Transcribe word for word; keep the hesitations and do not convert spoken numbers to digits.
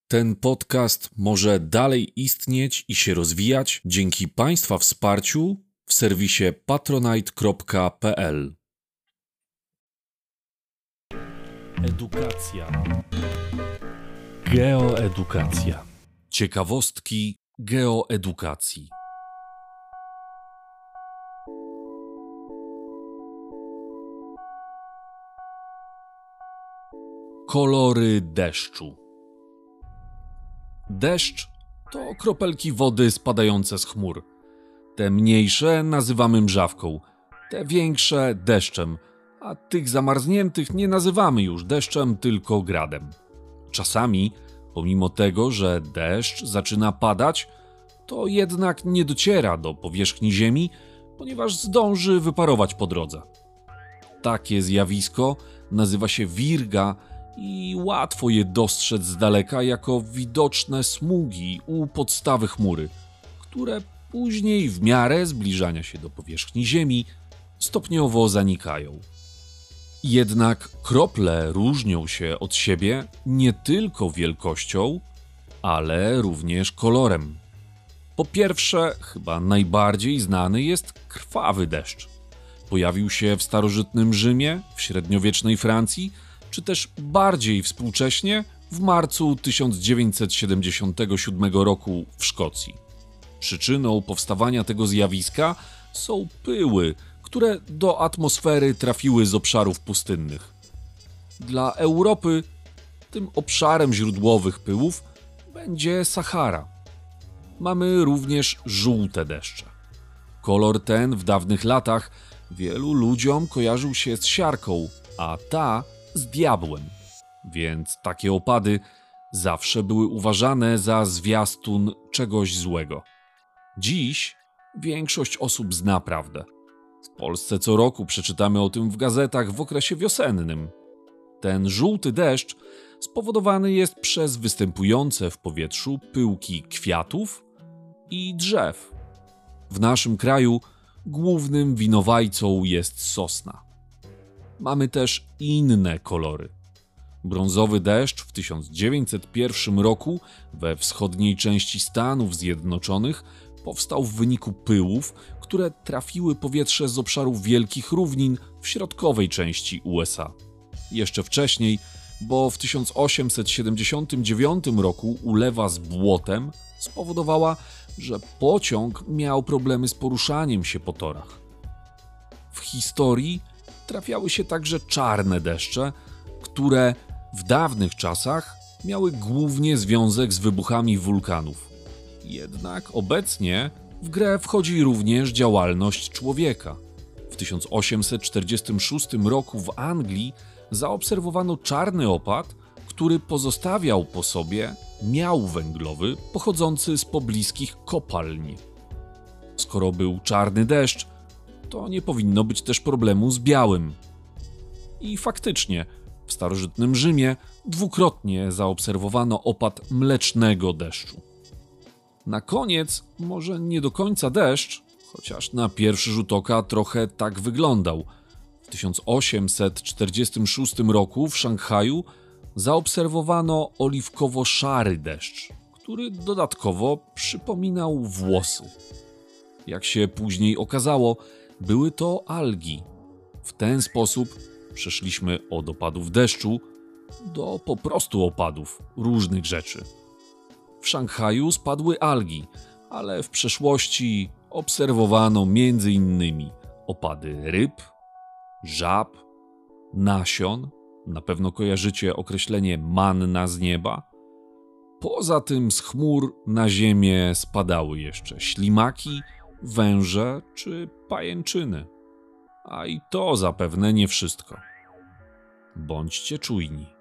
Ten podcast może dalej istnieć i się rozwijać dzięki Państwa wsparciu w serwisie patronite kropka p l. Edukacja. Geoedukacja. Ciekawostki geoedukacji. Kolory deszczu. Deszcz to kropelki wody spadające z chmur. Te mniejsze nazywamy mrzawką, te większe deszczem, a tych zamarzniętych nie nazywamy już deszczem, tylko gradem. Czasami, pomimo tego, że deszcz zaczyna padać, to jednak nie dociera do powierzchni ziemi, ponieważ zdąży wyparować po drodze. Takie zjawisko nazywa się wirga i łatwo je dostrzec z daleka jako widoczne smugi u podstawy chmury, które później w miarę zbliżania się do powierzchni ziemi stopniowo zanikają. Jednak krople różnią się od siebie nie tylko wielkością, ale również kolorem. Po pierwsze, chyba najbardziej znany jest krwawy deszcz. Pojawił się w starożytnym Rzymie, w średniowiecznej Francji, czy też bardziej współcześnie w marcu tysiąc dziewięćset siedemdziesiątego siódmego roku w Szkocji. Przyczyną powstawania tego zjawiska są pyły, które do atmosfery trafiły z obszarów pustynnych. Dla Europy tym obszarem źródłowych pyłów będzie Sahara. Mamy również żółte deszcze. Kolor ten w dawnych latach wielu ludziom kojarzył się z siarką, a ta z diabłem, więc takie opady zawsze były uważane za zwiastun czegoś złego. Dziś większość osób zna prawdę. W Polsce co roku przeczytamy o tym w gazetach w okresie wiosennym. Ten żółty deszcz spowodowany jest przez występujące w powietrzu pyłki kwiatów i drzew. W naszym kraju głównym winowajcą jest sosna. Mamy też inne kolory. Brązowy deszcz w tysiąc dziewięćset pierwszym roku we wschodniej części Stanów Zjednoczonych powstał w wyniku pyłów, które trafiły powietrze z obszarów wielkich równin w środkowej części U S A. Jeszcze wcześniej, bo w tysiąc osiemset siedemdziesiątym dziewiątym roku ulewa z błotem spowodowała, że pociąg miał problemy z poruszaniem się po torach. W historii trafiały się także czarne deszcze, które w dawnych czasach miały głównie związek z wybuchami wulkanów. Jednak obecnie w grę wchodzi również działalność człowieka. W tysiąc osiemset czterdziestym szóstym roku w Anglii zaobserwowano czarny opad, który pozostawiał po sobie miał węglowy pochodzący z pobliskich kopalń. Skoro był czarny deszcz, to nie powinno być też problemu z białym. I faktycznie, w starożytnym Rzymie dwukrotnie zaobserwowano opad mlecznego deszczu. Na koniec, może nie do końca deszcz, chociaż na pierwszy rzut oka trochę tak wyglądał. W tysiąc osiemset czterdziestym szóstym roku w Szanghaju zaobserwowano oliwkowo-szary deszcz, który dodatkowo przypominał włosy. Jak się później okazało, były to algi. W ten sposób przeszliśmy od opadów deszczu do po prostu opadów różnych rzeczy. W Szanghaju spadły algi, ale w przeszłości obserwowano między innymi opady ryb, żab, nasion. Na pewno kojarzycie określenie manna z nieba. Poza tym z chmur na ziemię spadały jeszcze ślimaki, węże czy pajęczyny. A i to zapewne nie wszystko. Bądźcie czujni.